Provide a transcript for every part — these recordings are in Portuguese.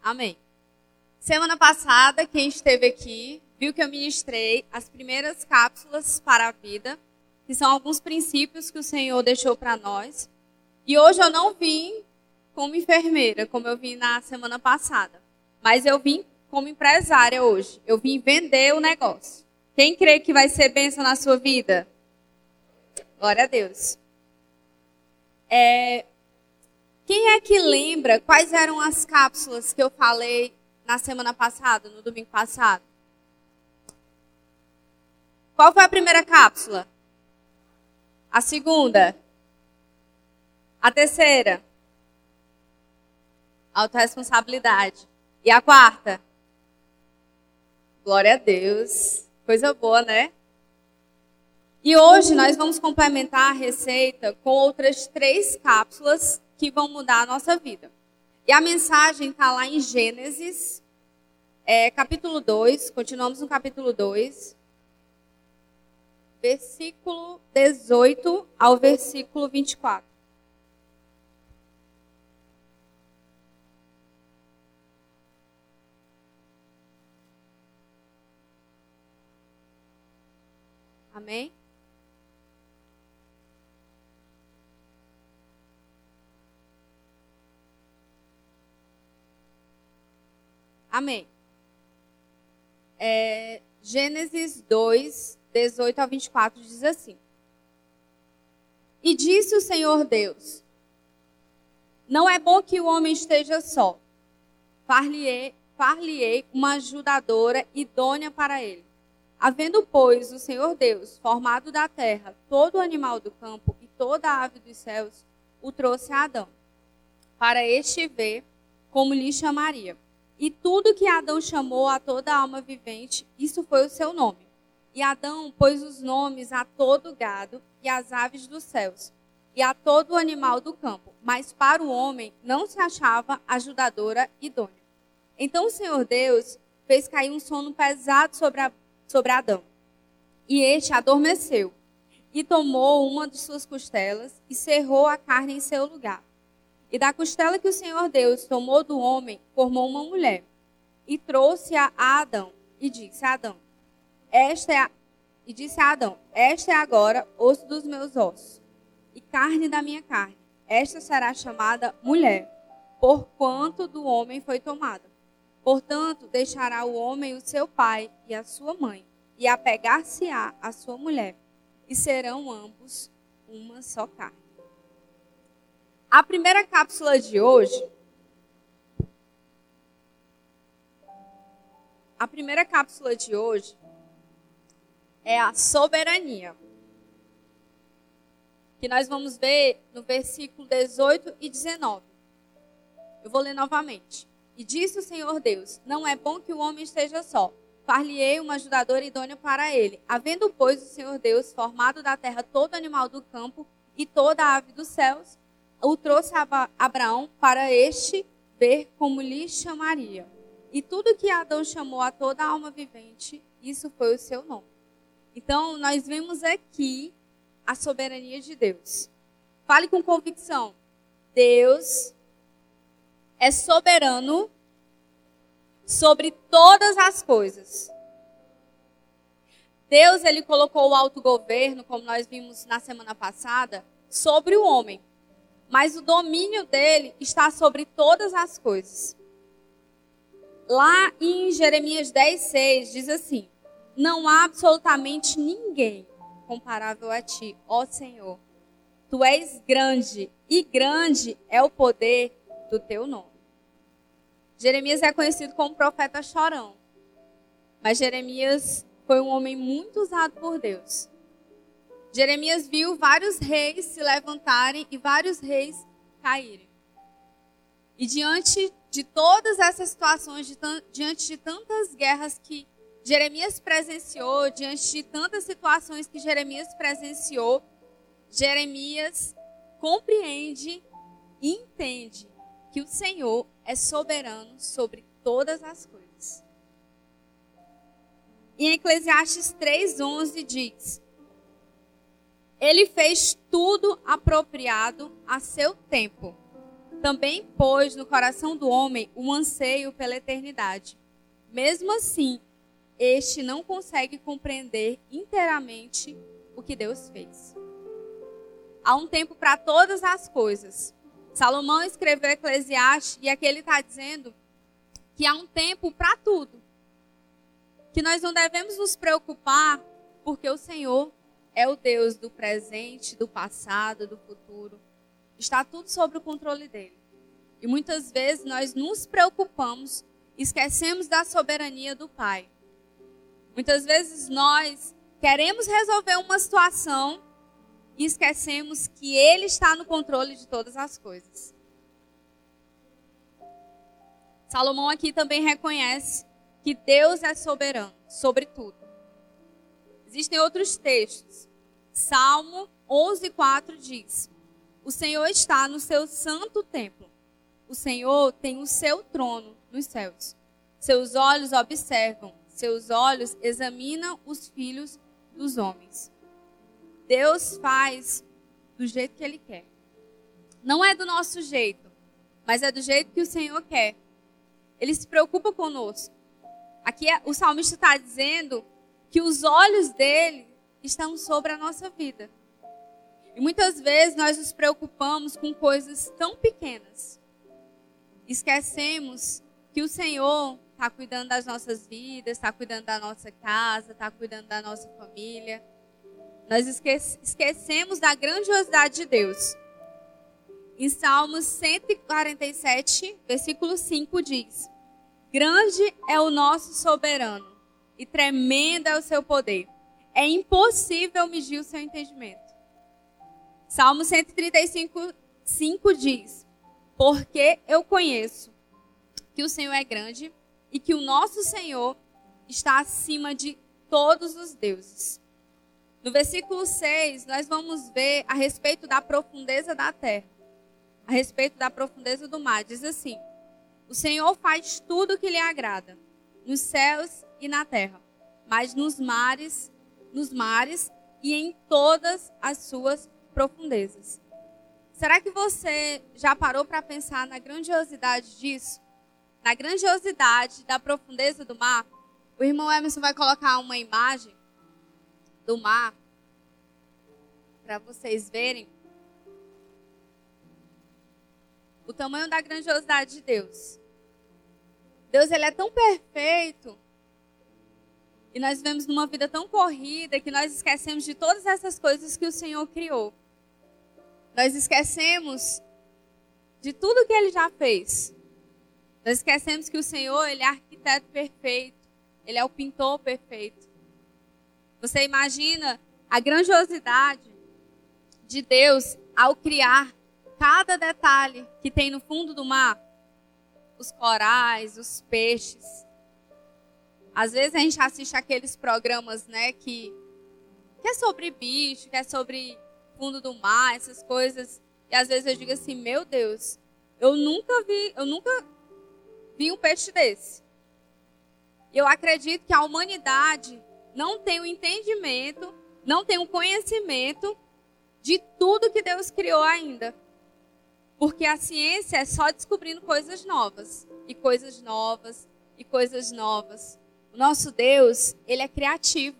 Amém. Semana passada, quem esteve aqui, viu que eu ministrei as primeiras cápsulas para a vida, que são alguns princípios que o Senhor deixou para nós. E hoje eu não vim como enfermeira, como eu vim na semana passada, mas eu vim como empresária hoje. Eu vim vender o negócio. Quem crê que vai ser bênção na sua vida? Glória a Deus. Quem é que lembra quais eram as cápsulas que eu falei na semana passada, no domingo passado? Qual foi a primeira cápsula? A segunda? A terceira? Autorresponsabilidade. E a quarta? Glória a Deus. Coisa boa, né? E hoje nós vamos complementar a receita com outras 3 cápsulas que vão mudar a nossa vida. E a mensagem está lá em Gênesis, capítulo 2, continuamos no capítulo 2, versículo 18 ao versículo 24. Amém? Amém. Gênesis 2, 18 a 24 diz assim. E disse o Senhor Deus, não é bom que o homem esteja só. Far-lhe-ei uma ajudadora idônea para ele. Havendo, pois, o Senhor Deus formado da terra todo animal do campo e toda ave dos céus, o trouxe a Adão, para este ver como lhe chamaria. E tudo que Adão chamou a toda alma vivente, isso foi o seu nome. E Adão pôs os nomes a todo gado e às aves dos céus, e a todo animal do campo. Mas para o homem não se achava ajudadora idônea. Então o Senhor Deus fez cair um sono pesado sobre Adão. E este adormeceu, e tomou uma de suas costelas, e cerrou a carne em seu lugar. E da costela que o Senhor Deus tomou do homem, formou uma mulher, e trouxe-a a Adão, e disse a Adão, esta é agora osso dos meus ossos, e carne da minha carne. Esta será chamada mulher, porquanto do homem foi tomada. Portanto, deixará o homem o seu pai e a sua mãe, e apegar-se-á a sua mulher, e serão ambos uma só carne. A primeira cápsula de hoje é a soberania, que nós vamos ver no versículo 18 e 19. Eu vou ler novamente. E disse o Senhor Deus, não é bom que o homem esteja só. Far-lhe-ei uma ajudadora idônea para ele. Havendo, pois, o Senhor Deus formado da terra todo animal do campo e toda ave dos céus, o trouxe a Abraão para este ver como lhe chamaria. E tudo que Adão chamou a toda alma vivente, isso foi o seu nome. Então, nós vemos aqui a soberania de Deus. Fale com convicção. Deus é soberano sobre todas as coisas. Deus, ele colocou o autogoverno, como nós vimos na semana passada, sobre o homem. Mas o domínio dele está sobre todas as coisas. Lá em Jeremias 10:6 diz assim, não há absolutamente ninguém comparável a ti, ó Senhor. Tu és grande, e grande é o poder do teu nome. Jeremias é conhecido como profeta chorão. Mas Jeremias foi um homem muito usado por Deus. Jeremias viu vários reis se levantarem e vários reis caírem. E diante de todas essas situações, diante de tantas guerras que Jeremias presenciou, diante de tantas situações que Jeremias presenciou, Jeremias compreende e entende que o Senhor é soberano sobre todas as coisas. Em Eclesiastes 3:11 diz, ele fez tudo apropriado a seu tempo. também pôs no coração do homem um anseio pela eternidade. Mesmo assim, este não consegue compreender inteiramente o que Deus fez. Há um tempo para todas as coisas. Salomão escreveu Eclesiastes e aqui ele está dizendo que há um tempo para tudo. Que nós não devemos nos preocupar porque o Senhor é o Deus do presente, do passado, do futuro. Está tudo sob o controle dele. E muitas vezes nós nos preocupamos, esquecemos da soberania do Pai. Muitas vezes nós queremos resolver uma situação e esquecemos que Ele está no controle de todas as coisas. Salomão aqui também reconhece que Deus é soberano sobre tudo. Existem outros textos. Salmo 11:4 diz: o Senhor está no seu santo templo. O Senhor tem o seu trono nos céus. Seus olhos observam, seus olhos examinam os filhos dos homens. Deus faz do jeito que Ele quer. Não é do nosso jeito, mas é do jeito que o Senhor quer. Ele se preocupa conosco. Aqui o salmista está dizendo que os olhos dele estão sobre a nossa vida. E muitas vezes nós nos preocupamos com coisas tão pequenas. Esquecemos que o Senhor está cuidando das nossas vidas, está cuidando da nossa casa, está cuidando da nossa família. Nós esquecemos da grandiosidade de Deus. Em Salmos 147, versículo 5 diz: grande é o nosso soberano e tremendo é o seu poder. É impossível medir o seu entendimento. Salmo 135, 5 diz: porque eu conheço que o Senhor é grande e que o nosso Senhor está acima de todos os deuses. No versículo 6, nós vamos ver a respeito da profundeza da terra, a respeito da profundeza do mar. Diz assim: o Senhor faz tudo o que lhe agrada, nos céus e na terra, mas nos mares e em todas as suas profundezas. Será que você já parou para pensar na grandiosidade disso? Na grandiosidade da profundeza do mar? O irmão Emerson vai colocar uma imagem do mar para vocês verem o tamanho da grandiosidade de Deus. Deus, ele é tão perfeito e nós vivemos numa vida tão corrida que nós esquecemos de todas essas coisas que o Senhor criou. Nós esquecemos de tudo que Ele já fez. Nós esquecemos que o Senhor, Ele é arquiteto perfeito. Ele é o pintor perfeito. Você imagina a grandiosidade de Deus ao criar cada detalhe que tem no fundo do mar? Os corais, os peixes. Às vezes a gente assiste aqueles programas, né, que é sobre bicho, que é sobre fundo do mar, essas coisas. E às vezes eu digo assim: meu Deus, eu nunca vi um peixe desse. Eu acredito que a humanidade não tem o entendimento, não tem o conhecimento de tudo que Deus criou ainda. Porque a ciência é só descobrindo coisas novas, e coisas novas, e coisas novas. O nosso Deus, Ele é criativo.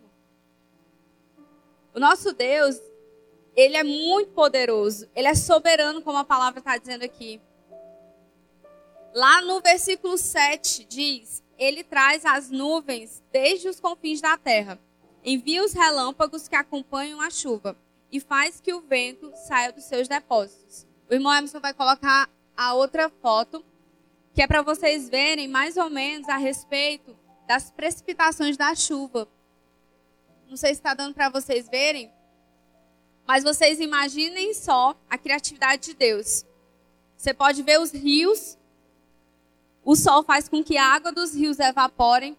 O nosso Deus, Ele é muito poderoso. Ele é soberano, como a palavra está dizendo aqui. Lá no versículo 7 diz: Ele traz as nuvens desde os confins da terra. Envia os relâmpagos que acompanham a chuva. E faz que o vento saia dos seus depósitos. O irmão Emerson vai colocar a outra foto, que é para vocês verem mais ou menos a respeito das precipitações da chuva. Não sei se está dando para vocês verem, mas vocês imaginem só a criatividade de Deus. Você pode ver os rios, o sol faz com que a água dos rios evaporem,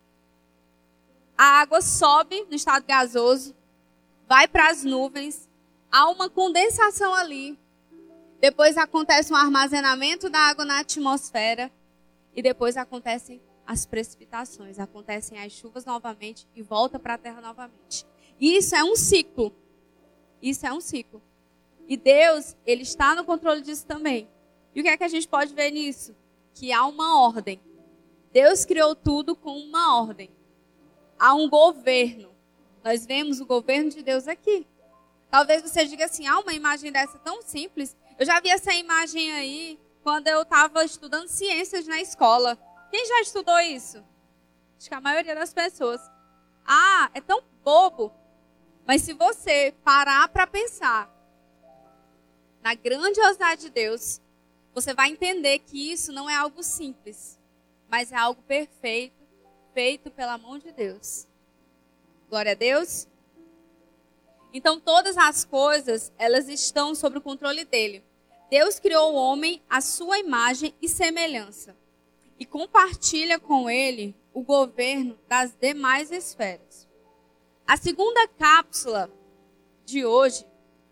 a água sobe no estado gasoso, vai para as nuvens, há uma condensação ali, depois acontece um armazenamento da água na atmosfera e depois acontecem as precipitações, acontecem as chuvas novamente e volta para a terra novamente. E isso é um ciclo. Isso é um ciclo. E Deus, Ele está no controle disso também. E o que é que a gente pode ver nisso? Que há uma ordem. Deus criou tudo com uma ordem. Há um governo. Nós vemos o governo de Deus aqui. Talvez você diga assim, uma imagem dessa tão simples. Eu já vi essa imagem aí quando eu estava estudando ciências na escola. Quem já estudou isso? Acho que a maioria das pessoas. É tão bobo. Mas se você parar para pensar na grandiosidade de Deus, você vai entender que isso não é algo simples, mas é algo perfeito, feito pela mão de Deus. Glória a Deus. Então todas as coisas, elas estão sob o controle dele. Deus criou o homem à sua imagem e semelhança e compartilha com ele o governo das demais esferas. A segunda cápsula de hoje,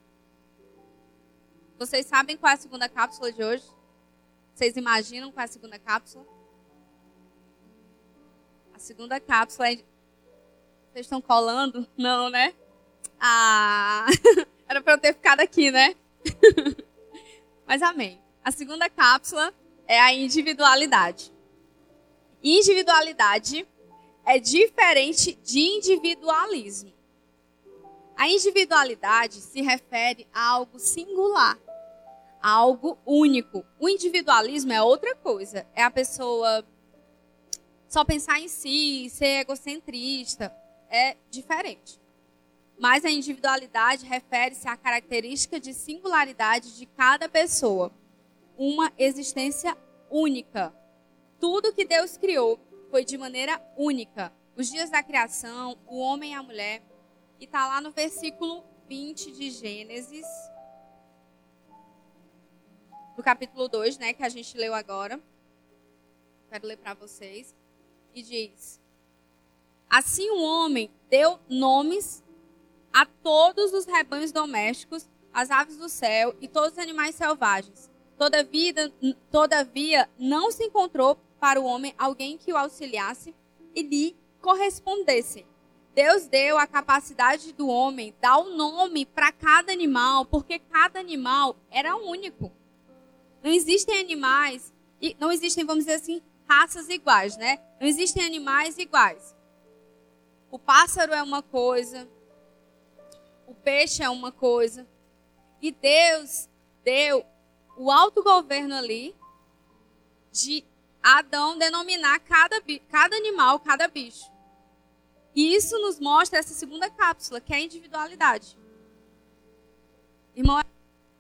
vocês sabem qual é a segunda cápsula de hoje? Vocês imaginam qual é a segunda cápsula? A segunda cápsula é... Vocês estão colando? Não, né? Era para eu ter ficado aqui, né? Mas amém. A segunda cápsula é a individualidade. Individualidade é diferente de individualismo. A individualidade se refere a algo singular, a algo único. O individualismo é outra coisa. É a pessoa só pensar em si, ser egocentrista. É diferente. Mas a individualidade refere-se à característica de singularidade de cada pessoa. Uma existência única. Tudo que Deus criou foi de maneira única. Os dias da criação, o homem e a mulher. E está lá no versículo 20 de Gênesis, do capítulo 2, né, que a gente leu agora. Quero ler para vocês. E diz: assim o homem deu nomes a todos os rebanhos domésticos, as aves do céu e todos os animais selvagens. Todavia não se encontrou para o homem alguém que o auxiliasse e lhe correspondesse. Deus deu a capacidade do homem dar o nome para cada animal, porque cada animal era único. Não existem animais, não existem, vamos dizer assim, raças iguais, né? Não existem animais iguais. O pássaro é uma coisa, o peixe é uma coisa. E Deus deu o autogoverno ali de Adão denominar cada animal, cada bicho. E isso nos mostra essa segunda cápsula, que é a individualidade. Irmão,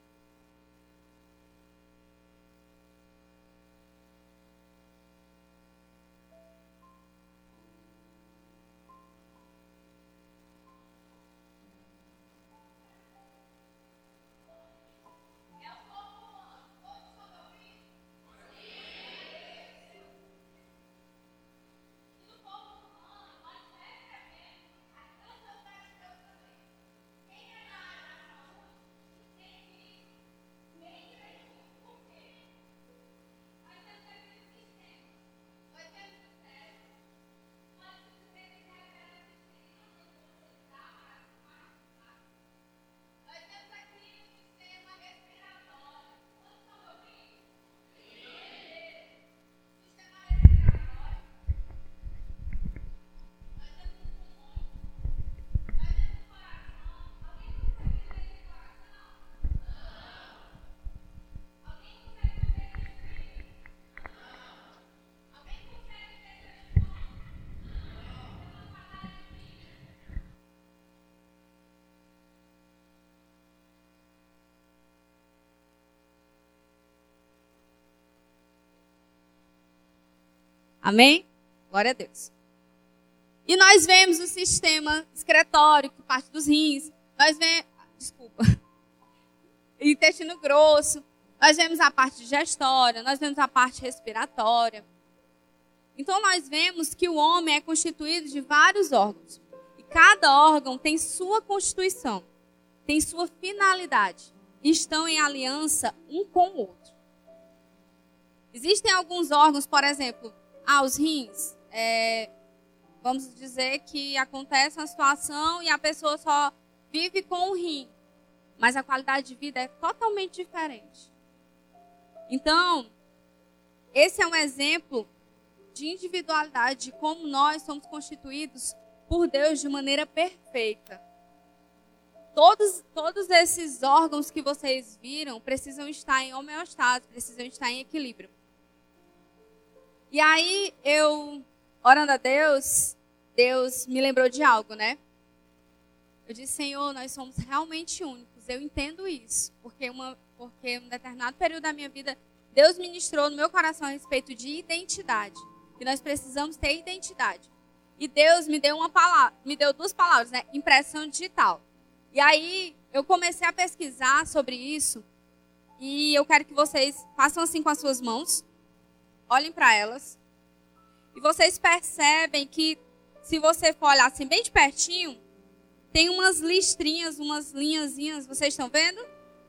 amém? Glória a Deus. E nós vemos o sistema excretório, que parte dos rins. Nós vemos, intestino grosso. Nós vemos a parte digestória, nós vemos a parte respiratória. Então nós vemos que o homem é constituído de vários órgãos. E cada órgão tem sua constituição, tem sua finalidade. E estão em aliança um com o outro. Existem alguns órgãos, por exemplo, os rins. Vamos dizer que acontece uma situação e a pessoa só vive com o rim. Mas a qualidade de vida é totalmente diferente. Então, esse é um exemplo de individualidade, de como nós somos constituídos por Deus de maneira perfeita. Todos esses órgãos que vocês viram precisam estar em homeostase, precisam estar em equilíbrio. E aí, eu, orando a Deus, Deus me lembrou de algo, né? Eu disse, Senhor, nós somos realmente únicos. Eu entendo isso, porque em um determinado período da minha vida, Deus ministrou no meu coração a respeito de identidade. Que nós precisamos ter identidade. E Deus me deu duas palavras, né? Impressão digital. E aí, eu comecei a pesquisar sobre isso. E eu quero que vocês façam assim com as suas mãos. Olhem para elas. E vocês percebem que, se você for olhar assim bem de pertinho, tem umas listrinhas, umas linhazinhas. Vocês estão vendo?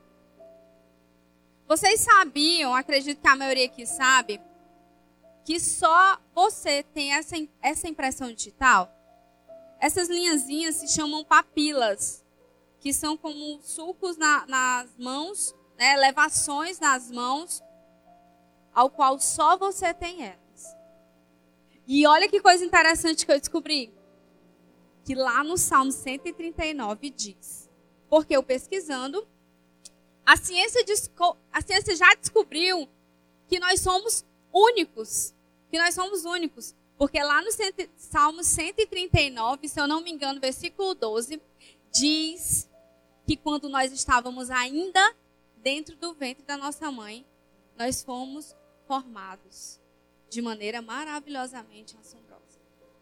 Vocês sabiam, acredito que a maioria aqui sabe, que só você tem essa impressão digital? Essas linhazinhas se chamam papilas, que são como sulcos nas mãos, né, elevações nas mãos, ao qual só você tem elas. E olha que coisa interessante que eu descobri. Que lá no Salmo 139 diz, porque eu pesquisando, a ciência já descobriu que nós somos únicos. Que nós somos únicos. Porque lá no Salmo 139, se eu não me engano, versículo 12, diz que quando nós estávamos ainda dentro do ventre da nossa mãe, nós fomos formados de maneira maravilhosamente assombrosa.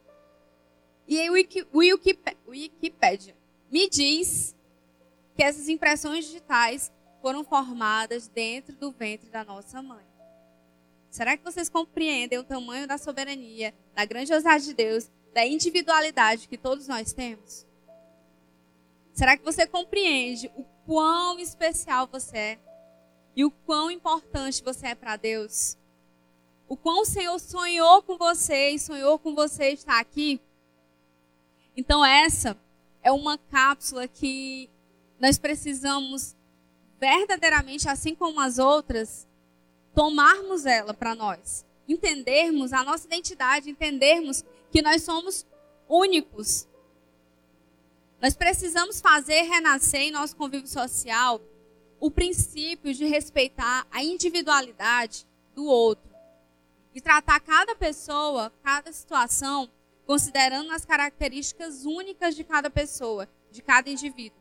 E aí o Wikipedia me diz que essas impressões digitais foram formadas dentro do ventre da nossa mãe. Será que vocês compreendem o tamanho da soberania, da grandiosidade de Deus, da individualidade que todos nós temos? Será que você compreende o quão especial você é? E o quão importante você é para Deus? O quão o Senhor sonhou com você e sonhou com você estar aqui? Então essa é uma cápsula que nós precisamos verdadeiramente, assim como as outras, tomarmos ela para nós. Entendermos a nossa identidade, entendermos que nós somos únicos. Nós precisamos fazer renascer em nosso convívio social o princípio de respeitar a individualidade do outro. E tratar cada pessoa, cada situação, considerando as características únicas de cada pessoa, de cada indivíduo.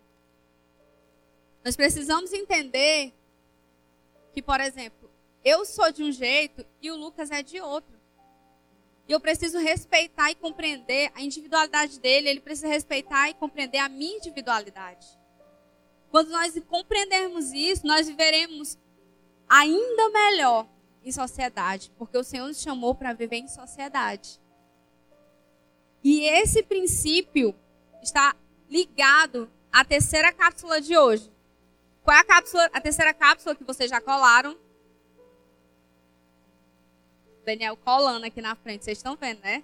Nós precisamos entender que, por exemplo, eu sou de um jeito e o Lucas é de outro. E eu preciso respeitar e compreender a individualidade dele, ele precisa respeitar e compreender a minha individualidade. Quando nós compreendermos isso, nós viveremos ainda melhor em sociedade, porque o Senhor nos chamou para viver em sociedade. E esse princípio está ligado à terceira cápsula de hoje. Qual é a terceira cápsula que vocês já colaram? Daniel colando aqui na frente, vocês estão vendo, né?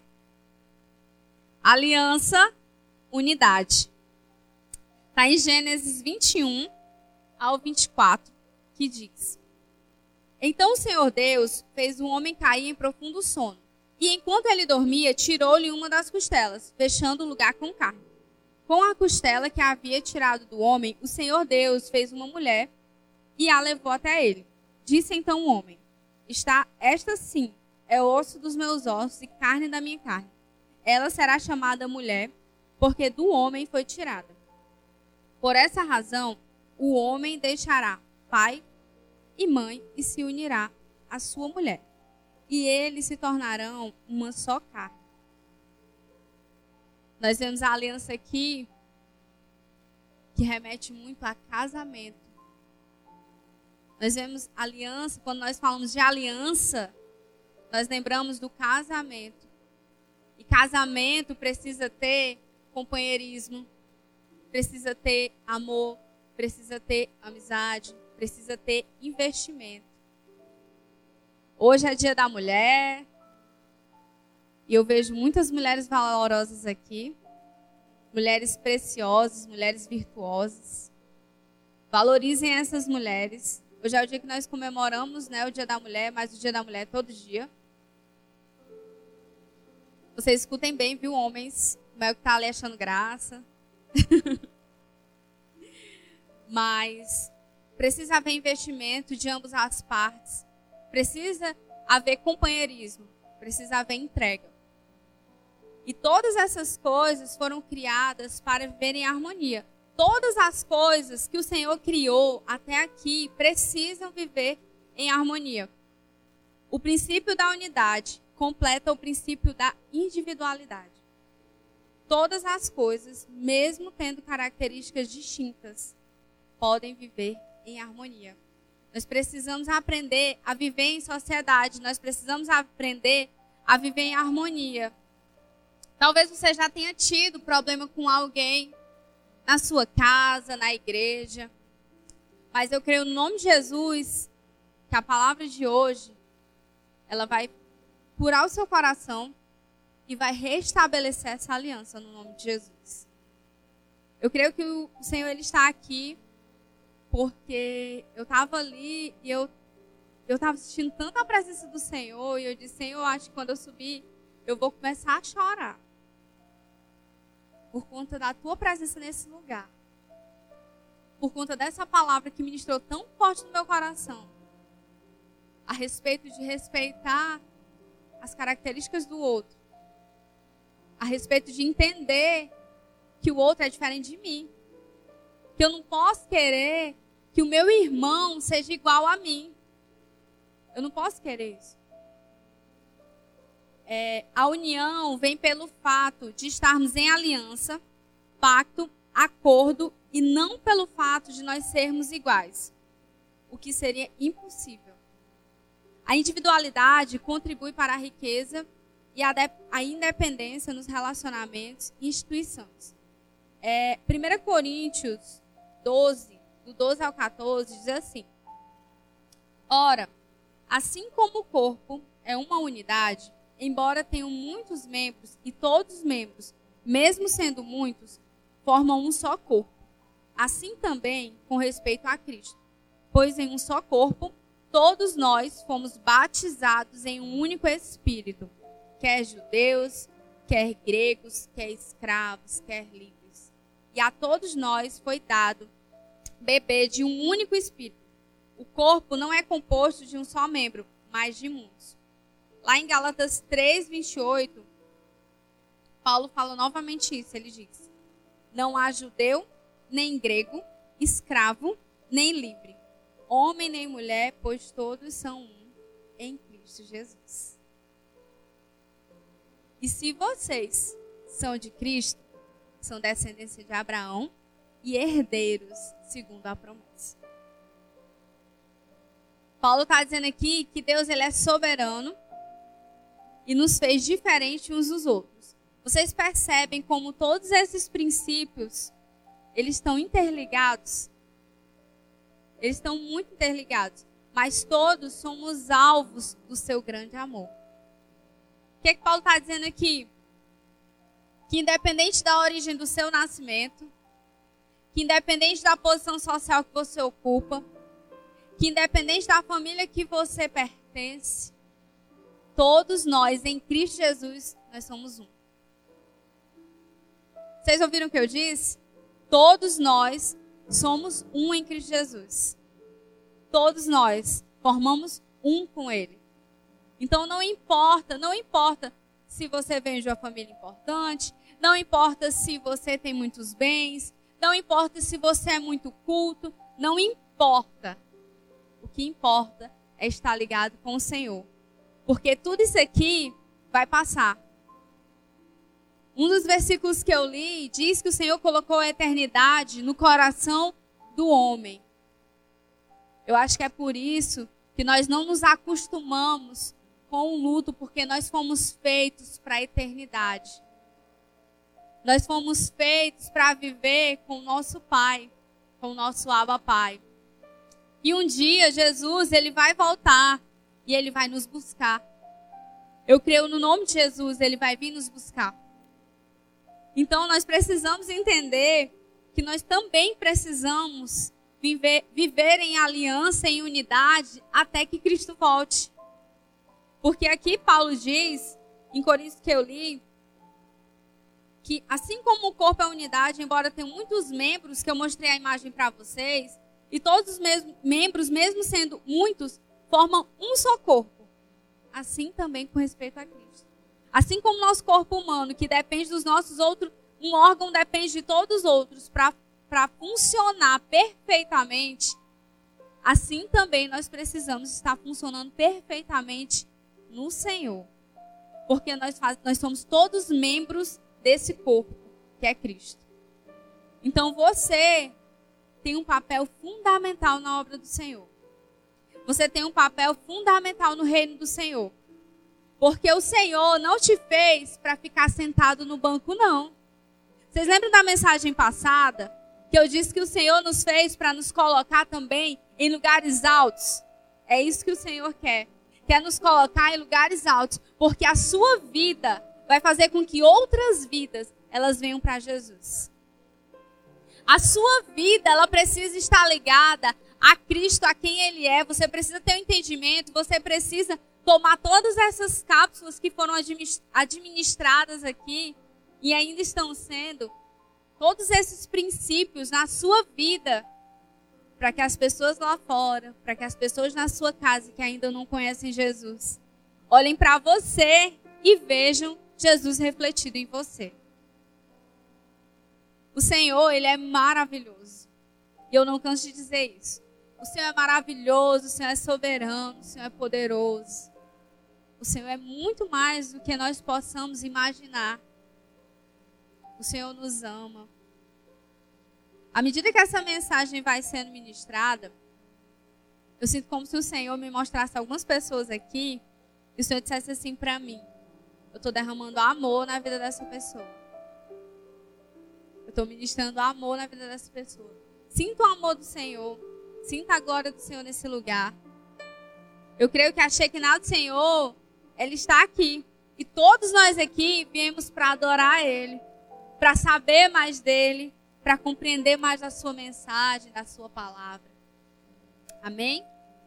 Aliança, unidade. Está em Gênesis 21 ao 24, que diz: Então o Senhor Deus fez o homem cair em profundo sono. E enquanto ele dormia, tirou-lhe uma das costelas, fechando o lugar com carne. Com a costela que havia tirado do homem, o Senhor Deus fez uma mulher e a levou até ele. Disse então o homem: Esta sim é osso dos meus ossos e carne da minha carne. Ela será chamada mulher, porque do homem foi tirada. Por essa razão, o homem deixará pai e mãe e se unirá à sua mulher. E eles se tornarão uma só carne. Nós vemos a aliança aqui que remete muito a casamento. Nós vemos aliança, quando nós falamos de aliança, nós lembramos do casamento. E casamento precisa ter companheirismo, precisa ter amor, precisa ter amizade, precisa ter investimento. Hoje é dia da mulher. E eu vejo muitas mulheres valorosas aqui. Mulheres preciosas, mulheres virtuosas. Valorizem essas mulheres. Hoje é o dia que nós comemoramos, né, o Dia da Mulher, mas o Dia da Mulher é todo dia. Vocês escutem bem, viu, homens? O Mel que tá ali achando graça. Mas precisa haver investimento de ambas as partes. Precisa haver companheirismo. Precisa haver entrega. E todas essas coisas foram criadas para viver em harmonia. Todas as coisas que o Senhor criou até aqui precisam viver em harmonia. O princípio da unidade completa o princípio da individualidade. Todas as coisas, mesmo tendo características distintas, podem viver em harmonia. Nós precisamos aprender a viver em sociedade. Nós precisamos aprender a viver em harmonia. Talvez você já tenha tido problema com alguém na sua casa, na igreja. Mas eu creio no nome de Jesus que a palavra de hoje, ela vai curar o seu coração e vai restabelecer essa aliança no nome de Jesus. Eu creio que o Senhor, ele está aqui porque eu estava ali e eu estava sentindo tanta presença do Senhor e eu disse, Senhor, eu acho que quando eu subir, eu vou começar a chorar. Por conta da tua presença nesse lugar. Por conta dessa palavra que ministrou tão forte no meu coração. A respeito de respeitar as características do outro. A respeito de entender que o outro é diferente de mim. Que eu não posso querer que o meu irmão seja igual a mim. Eu não posso querer isso. A união vem pelo fato de estarmos em aliança, pacto, acordo e não pelo fato de nós sermos iguais, o que seria impossível. A individualidade contribui para a riqueza e a independência nos relacionamentos e instituições. 1 Coríntios 12, do 12 ao 14, diz assim: Ora, assim como o corpo é uma unidade, embora tenham muitos membros, e todos os membros, mesmo sendo muitos, formam um só corpo. Assim também com respeito a Cristo. Pois em um só corpo, todos nós fomos batizados em um único Espírito, quer judeus, quer gregos, quer escravos, quer livres. E a todos nós foi dado beber de um único Espírito. O corpo não é composto de um só membro, mas de muitos. Lá em Gálatas 3, 28, Paulo fala novamente isso. Ele diz: Não há judeu, nem grego, escravo, nem livre, homem nem mulher, pois todos são um em Cristo Jesus. E se vocês são de Cristo, são descendência de Abraão e herdeiros segundo a promessa. Paulo está dizendo aqui que Deus, ele é soberano e nos fez diferente uns dos outros. Vocês percebem como todos esses princípios, eles estão interligados? Eles estão muito interligados. Mas todos somos alvos do seu grande amor. O que Paulo está dizendo aqui? Que independente da origem do seu nascimento, que independente da posição social que você ocupa, que independente da família que você pertence, todos nós, em Cristo Jesus, nós somos um. Vocês ouviram o que eu disse? Todos nós somos um em Cristo Jesus. Todos nós formamos um com Ele. Então não importa se você vem de uma família importante, não importa se você tem muitos bens, não importa se você é muito culto, não importa. O que importa é estar ligado com o Senhor. Porque tudo isso aqui vai passar. Um dos versículos que eu li diz que o Senhor colocou a eternidade no coração do homem. Eu acho que é por isso que nós não nos acostumamos com o luto, porque nós fomos feitos para a eternidade. Nós fomos feitos para viver com o nosso Pai, com o nosso Abba Pai. E um dia Jesus, ele vai voltar e ele vai nos buscar. Eu creio no nome de Jesus, ele vai vir nos buscar. Então nós precisamos entender que nós também precisamos viver em aliança, em unidade, até que Cristo volte. Porque aqui Paulo diz, em Coríntios que eu li, que assim como o corpo é unidade, embora tenha muitos membros, que eu mostrei a imagem para vocês, e todos os membros, mesmo sendo muitos, formam um só corpo. Assim também com respeito a Cristo. Assim como o nosso corpo humano, que depende dos nossos outros, um órgão depende de todos os outros para funcionar perfeitamente, assim também nós precisamos estar funcionando perfeitamente no Senhor. Porque nós somos todos membros desse corpo, que é Cristo. Então você tem um papel fundamental na obra do Senhor. Você tem um papel fundamental no reino do Senhor. Porque o Senhor não te fez para ficar sentado no banco, não. Vocês lembram da mensagem passada? Que eu disse que o Senhor nos fez para nos colocar também em lugares altos. É isso que o Senhor quer. Quer nos colocar em lugares altos. Porque a sua vida vai fazer com que outras vidas, elas venham para Jesus. A sua vida, ela precisa estar ligada a Cristo, a quem Ele é. Você precisa ter um entendimento, você precisa tomar todas essas cápsulas que foram administradas aqui e ainda estão sendo, todos esses princípios na sua vida, para que as pessoas lá fora, para que as pessoas na sua casa que ainda não conhecem Jesus, olhem para você e vejam Jesus refletido em você. O Senhor, Ele é maravilhoso. E eu não canso de dizer isso. O Senhor é maravilhoso, o Senhor é soberano, o Senhor é poderoso. O Senhor é muito mais do que nós possamos imaginar. O Senhor nos ama. À medida que essa mensagem vai sendo ministrada, eu sinto como se o Senhor me mostrasse algumas pessoas aqui e o Senhor dissesse assim para mim: eu estou derramando amor na vida dessa pessoa. Eu estou ministrando amor na vida dessa pessoa. Sinta o amor do Senhor. Sinta a glória do Senhor nesse lugar. Eu creio que a Shekinah do Senhor, Ele está aqui. E todos nós aqui viemos para adorar Ele, para saber mais dEle, para compreender mais da sua mensagem, da sua palavra. Amém?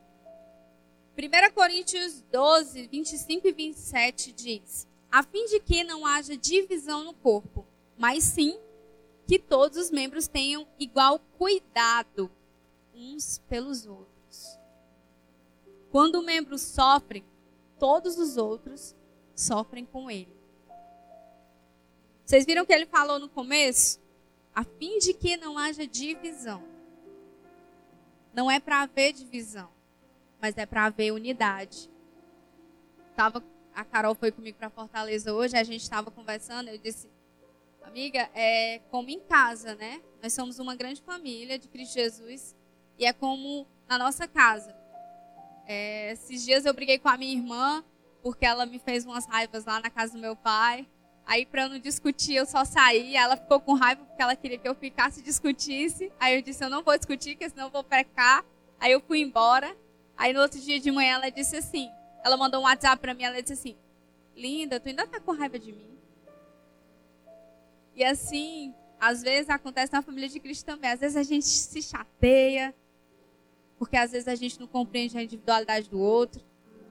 1 Coríntios 12, 25 e 27 diz: a fim de que não haja divisão no corpo, mas sim que todos os membros tenham igual cuidado uns pelos outros. Quando o membro sofre, todos os outros sofrem com ele. Vocês viram que ele falou no começo? A fim de que não haja divisão. Não é para haver divisão, mas é para haver unidade. A Carol foi comigo para Fortaleza hoje, a gente estava conversando, eu disse: amiga, é como em casa, né? Nós somos uma grande família de Cristo Jesus e é como na nossa casa. Esses dias eu briguei com a minha irmã porque ela me fez umas raivas lá na casa do meu pai. Aí, para eu não discutir, eu só saí. Ela ficou com raiva porque ela queria que eu ficasse e discutisse. Aí eu disse: eu não vou discutir, porque senão eu vou pecar. Aí eu fui embora. Aí no outro dia de manhã ela disse assim, ela mandou um WhatsApp para mim, ela disse assim: linda, tu ainda tá com raiva de mim? E assim, às vezes acontece na família de Cristo também. Às vezes a gente se chateia, porque às vezes a gente não compreende a individualidade do outro,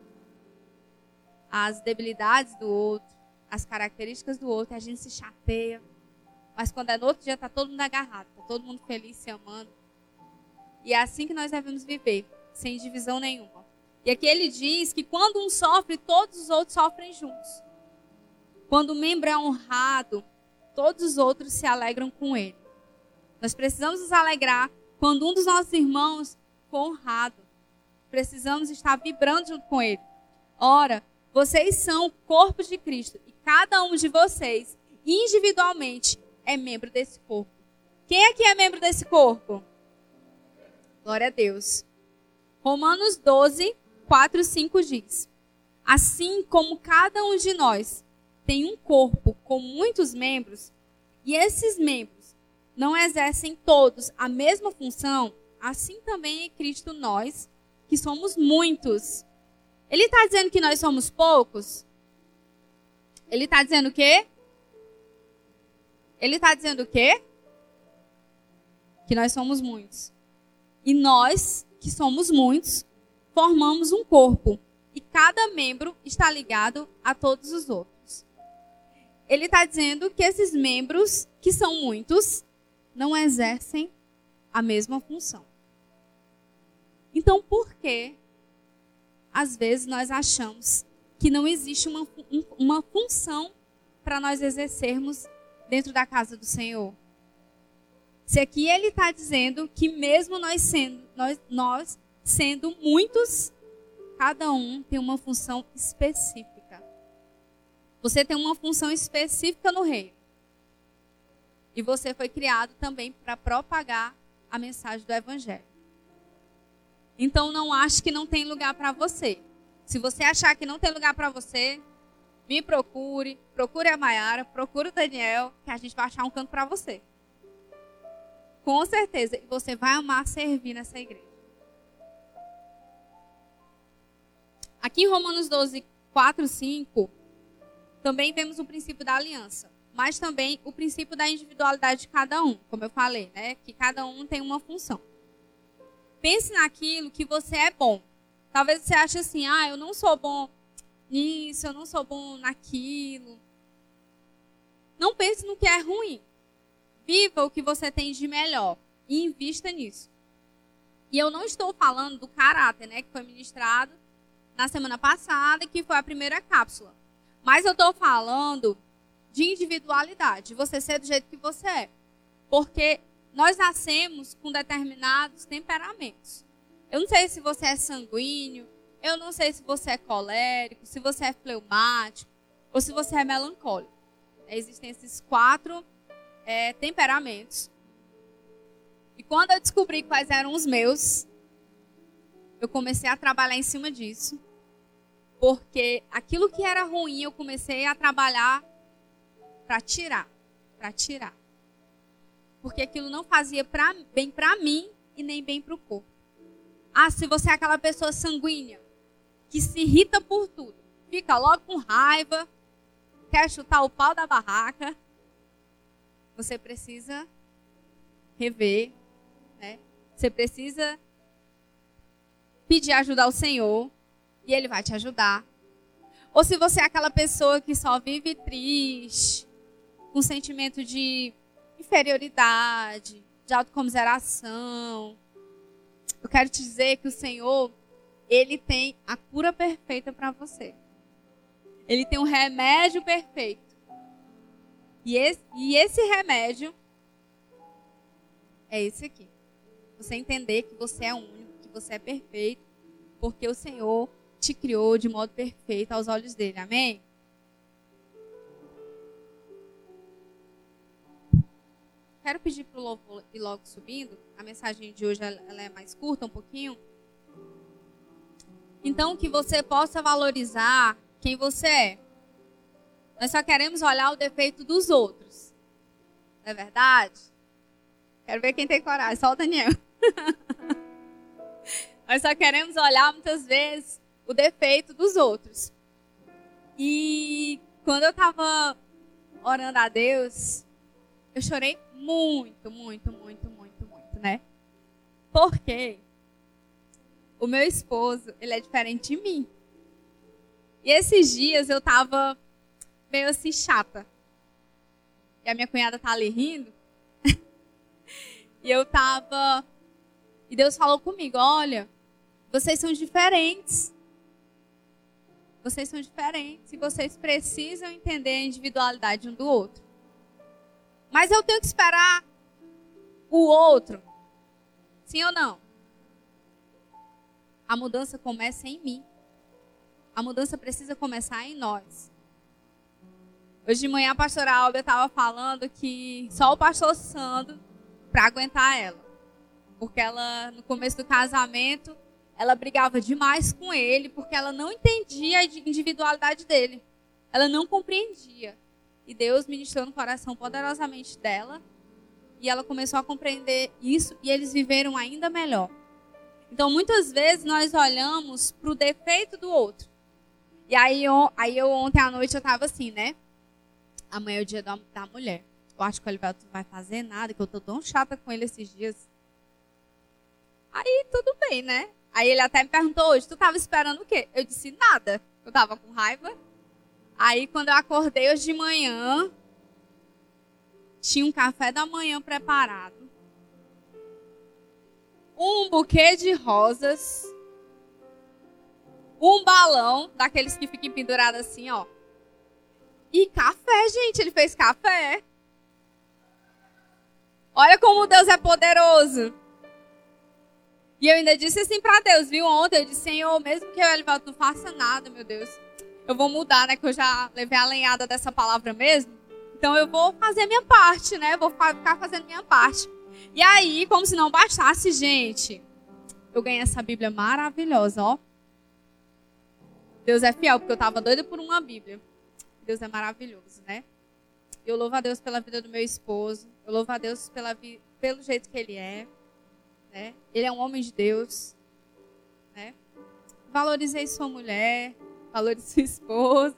as debilidades do outro, as características do outro, e a gente se chateia. Mas quando é no outro dia, está todo mundo agarrado, está todo mundo feliz, se amando. E é assim que nós devemos viver, sem divisão nenhuma. E aqui ele diz que quando um sofre, todos os outros sofrem juntos. Quando o membro é honrado, todos os outros se alegram com ele. Nós precisamos nos alegrar quando um dos nossos irmãos for honrado. Precisamos estar vibrando junto com ele. Ora, vocês são o corpo de Cristo e cada um de vocês, individualmente, é membro desse corpo. Quem aqui é membro desse corpo? Glória a Deus. Romanos 12, 4 e 5 diz: assim como cada um de nós tem um corpo com muitos membros, e esses membros não exercem todos a mesma função, assim também em Cristo nós, que somos muitos. Ele está dizendo que nós somos poucos? Ele está dizendo o quê? Ele está dizendo o quê? Que nós somos muitos. E nós, que somos muitos, formamos um corpo. E cada membro está ligado a todos os outros. Ele está dizendo que esses membros, que são muitos, não exercem a mesma função. Então, por que, às vezes, nós achamos que não existe uma função para nós exercermos dentro da casa do Senhor? Se aqui ele está dizendo que mesmo nós sendo muitos, cada um tem uma função específica. Você tem uma função específica no reino. E você foi criado também para propagar a mensagem do Evangelho. Então não ache que não tem lugar para você. Se você achar que não tem lugar para você, me procure a Mayara, procure o Daniel, que a gente vai achar um canto para você. Com certeza. E você vai amar servir nessa igreja. Aqui em Romanos 12, 4, 5, também vemos o princípio da aliança. Mas também o princípio da individualidade de cada um. Como eu falei, né? Que cada um tem uma função. Pense naquilo que você é bom. Talvez você ache assim, eu não sou bom nisso, eu não sou bom naquilo. Não pense no que é ruim. Viva o que você tem de melhor e invista nisso. E eu não estou falando do caráter, né, que foi ministrado na semana passada, que foi a primeira cápsula. Mas eu estou falando de individualidade, de você ser do jeito que você é. Porque nós nascemos com determinados temperamentos. Eu não sei se você é sanguíneo, eu não sei se você é colérico, se você é fleumático, ou se você é melancólico. Existem esses 4 temperamentos. E quando eu descobri quais eram os meus, eu comecei a trabalhar em cima disso. Porque aquilo que era ruim, eu comecei a trabalhar para tirar. Porque aquilo não fazia bem para mim e nem bem para o corpo. Se você é aquela pessoa sanguínea, que se irrita por tudo, fica logo com raiva, quer chutar o pau da barraca, você precisa rever, né? Você precisa pedir ajuda ao Senhor e Ele vai te ajudar. Ou se você é aquela pessoa que só vive triste, com sentimento de inferioridade, de autocomiseração, eu quero te dizer que o Senhor, Ele tem a cura perfeita para você. Ele tem um remédio perfeito. E esse remédio é esse aqui. Você entender que você é único, que você é perfeito, porque o Senhor te criou de modo perfeito aos olhos dele. Amém? Quero pedir para o louvor ir logo subindo. A mensagem de hoje ela é mais curta um pouquinho. Então, que você possa valorizar quem você é. Nós só queremos olhar o defeito dos outros. Não é verdade? Quero ver quem tem coragem. Só o Daniel. Nós só queremos olhar, muitas vezes, o defeito dos outros. E quando eu estava orando a Deus, eu chorei muito, né? Porque o meu esposo, ele é diferente de mim. E esses dias eu estava meio assim chata. E a minha cunhada tá ali rindo. E Deus falou comigo, olha, vocês são diferentes. Vocês são diferentes e vocês precisam entender a individualidade um do outro. Mas eu tenho que esperar o outro. Sim ou não? A mudança começa em mim. A mudança precisa começar em nós. Hoje de manhã a pastora Alba estava falando que só o pastor Sandro para aguentar ela. Porque ela, no começo do casamento, ela brigava demais com ele porque ela não entendia a individualidade dele. Ela não compreendia. E Deus ministrou no coração poderosamente dela. E ela começou a compreender isso e eles viveram ainda melhor. Então, muitas vezes, nós olhamos para o defeito do outro. E aí eu ontem à noite, eu estava assim, né? Amanhã é o dia da mulher. Eu acho que o Elivelto não vai fazer nada, que eu estou tão chata com ele esses dias. Aí tudo bem, né? Aí ele até me perguntou hoje, tu estava esperando o quê? Eu disse nada, eu estava com raiva. Aí quando eu acordei hoje de manhã, tinha um café da manhã preparado. Um buquê de rosas. Um balão, daqueles que ficam pendurados assim, ó. E café, gente, ele fez café. Olha como Deus é poderoso. E eu ainda disse assim pra Deus, viu? Ontem eu disse, Senhor, mesmo que eu e Elivaldo não faça nada, meu Deus, eu vou mudar, né? Que eu já levei a lenhada dessa palavra mesmo. Então eu vou fazer a minha parte, né? Vou ficar fazendo a minha parte. E aí, como se não bastasse, gente, eu ganhei essa Bíblia maravilhosa, ó. Deus é fiel, porque eu estava doida por uma Bíblia. Deus é maravilhoso, né? Eu louvo a Deus pela vida do meu esposo. Eu louvo a Deus pelo jeito que ele é. Né? Ele é um homem de Deus. Né? Valorizei sua mulher. Valorize sua esposa.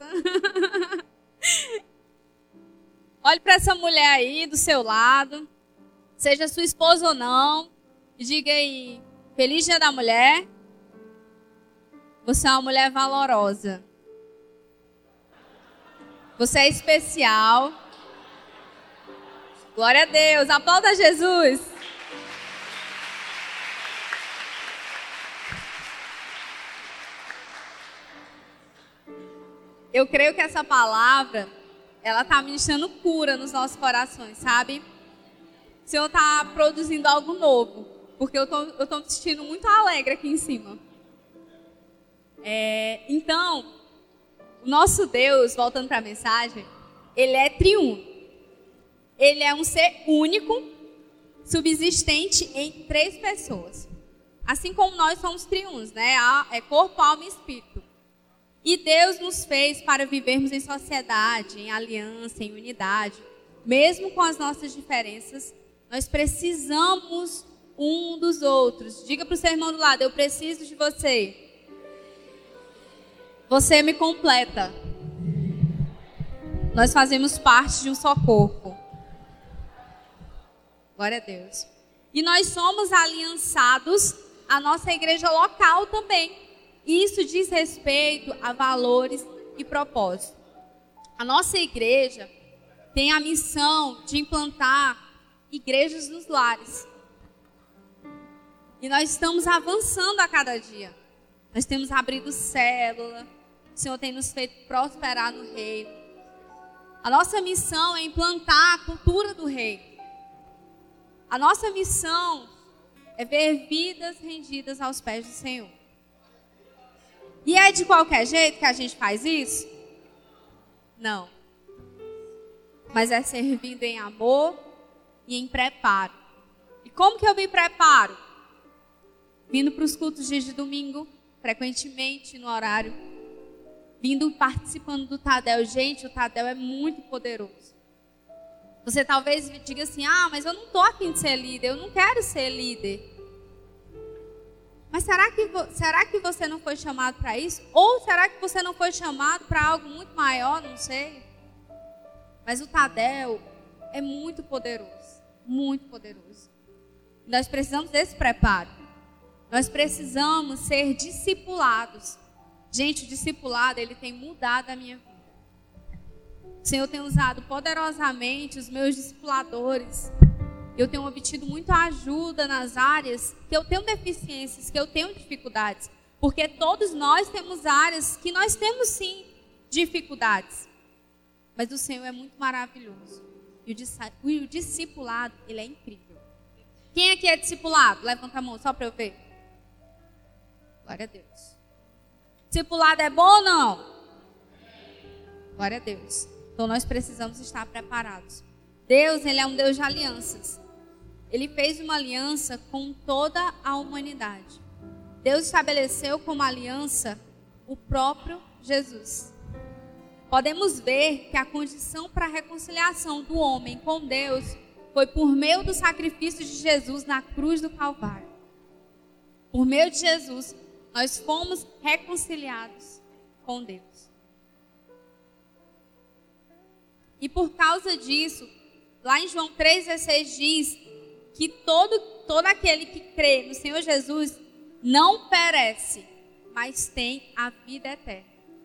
Olhe para essa mulher aí do seu lado. Seja sua esposa ou não. E diga aí, feliz Dia da Mulher. Você é uma mulher valorosa. Você é especial. Glória a Deus. Aplauda Jesus. Eu creio que essa palavra, ela está ministrando cura nos nossos corações, sabe? O Senhor está produzindo algo novo. Porque eu tô me sentindo muito alegre aqui em cima. Então, o nosso Deus, voltando para a mensagem, ele é triuno. Ele é um ser único, subsistente em 3 pessoas. Assim como nós somos triunos, né? É corpo, alma e espírito. E Deus nos fez para vivermos em sociedade, em aliança, em unidade. Mesmo com as nossas diferenças, nós precisamos um dos outros. Diga para o seu irmão do lado, eu preciso de você. Você me completa. Nós fazemos parte de um só corpo. Glória a Deus. E nós somos aliançados à nossa igreja local também. Isso diz respeito a valores e propósito. A nossa igreja tem a missão de implantar igrejas nos lares. E nós estamos avançando a cada dia. Nós temos abrido célula. O Senhor tem nos feito prosperar no reino. A nossa missão é implantar a cultura do reino. A nossa missão é ver vidas rendidas aos pés do Senhor. E é de qualquer jeito que a gente faz isso? Não. Mas é servindo em amor e em preparo. E como que eu me preparo? Vindo para os cultos dias de domingo, frequentemente no horário. Vindo participando do Tadel. Gente, o Tadel é muito poderoso. Você talvez diga assim, mas eu não estou a fim de ser líder, eu não quero ser líder. Mas será que você não foi chamado para isso? Ou será que você não foi chamado para algo muito maior? Não sei. Mas o Tadel é muito poderoso. Muito poderoso. Nós precisamos desse preparo. Nós precisamos ser discipulados. Gente, o discipulado, ele tem mudado a minha vida. O Senhor tem usado poderosamente os meus discipuladores. Eu tenho obtido muita ajuda nas áreas que eu tenho deficiências, que eu tenho dificuldades. Porque todos nós temos áreas que nós temos sim dificuldades. Mas o Senhor é muito maravilhoso. E o discipulado, ele é incrível. Quem aqui é discipulado? Levanta a mão só para eu ver. Glória a Deus. Discipulado é bom ou não? Glória a Deus. Então nós precisamos estar preparados. Deus, ele é um Deus de alianças. Ele fez uma aliança com toda a humanidade. Deus estabeleceu como aliança o próprio Jesus. Podemos ver que a condição para a reconciliação do homem com Deus foi por meio do sacrifício de Jesus na cruz do Calvário. Por meio de Jesus, nós fomos reconciliados com Deus. E por causa disso, lá em João 3,16 diz que todo aquele que crê no Senhor Jesus não perece, mas tem a vida eterna.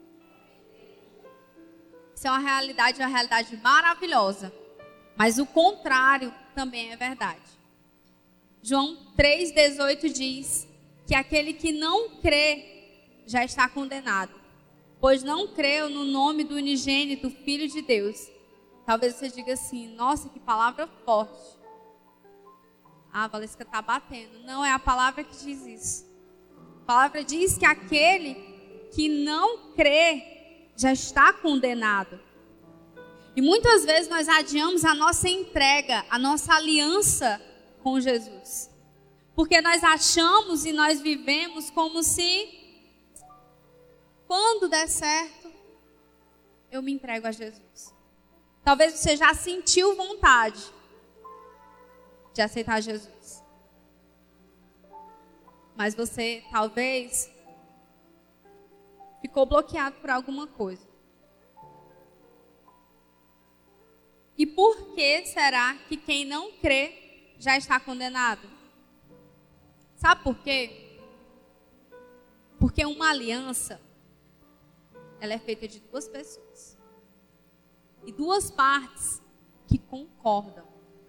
Isso é uma realidade maravilhosa. Mas o contrário também é verdade. João 3,18 diz que aquele que não crê já está condenado, pois não creu no nome do unigênito Filho de Deus. Talvez você diga assim, nossa, que palavra forte. Ah, a Valesca está batendo. Não, é a palavra que diz isso. A palavra diz que aquele que não crê já está condenado. E muitas vezes nós adiamos a nossa entrega, a nossa aliança com Jesus. Porque nós achamos e nós vivemos como se, quando der certo, eu me entrego a Jesus. Talvez você já sentiu vontade de aceitar Jesus. Mas você talvez ficou bloqueado por alguma coisa. E por que será que quem não crê já está condenado? Sabe por quê? Porque uma aliança, ela é feita de duas pessoas. E duas partes que concordam.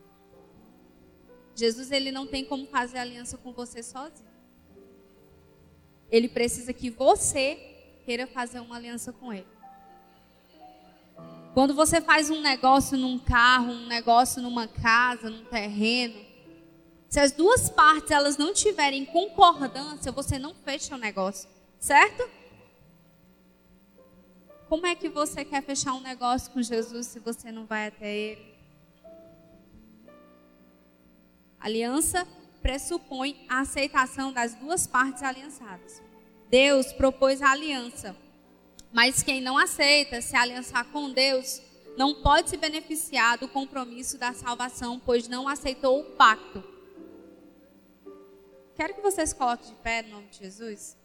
Jesus, ele não tem como fazer aliança com você sozinho. Ele precisa que você queira fazer uma aliança com ele. Quando você faz um negócio num carro, um negócio numa casa, num terreno, se as duas partes elas não tiverem concordância, você não fecha o negócio, certo? Como é que você quer fechar um negócio com Jesus se você não vai até ele? Aliança pressupõe a aceitação das duas partes aliançadas. Deus propôs a aliança. Mas quem não aceita se aliançar com Deus, não pode se beneficiar do compromisso da salvação, pois não aceitou o pacto. Quero que vocês coloquem de pé no nome de Jesus.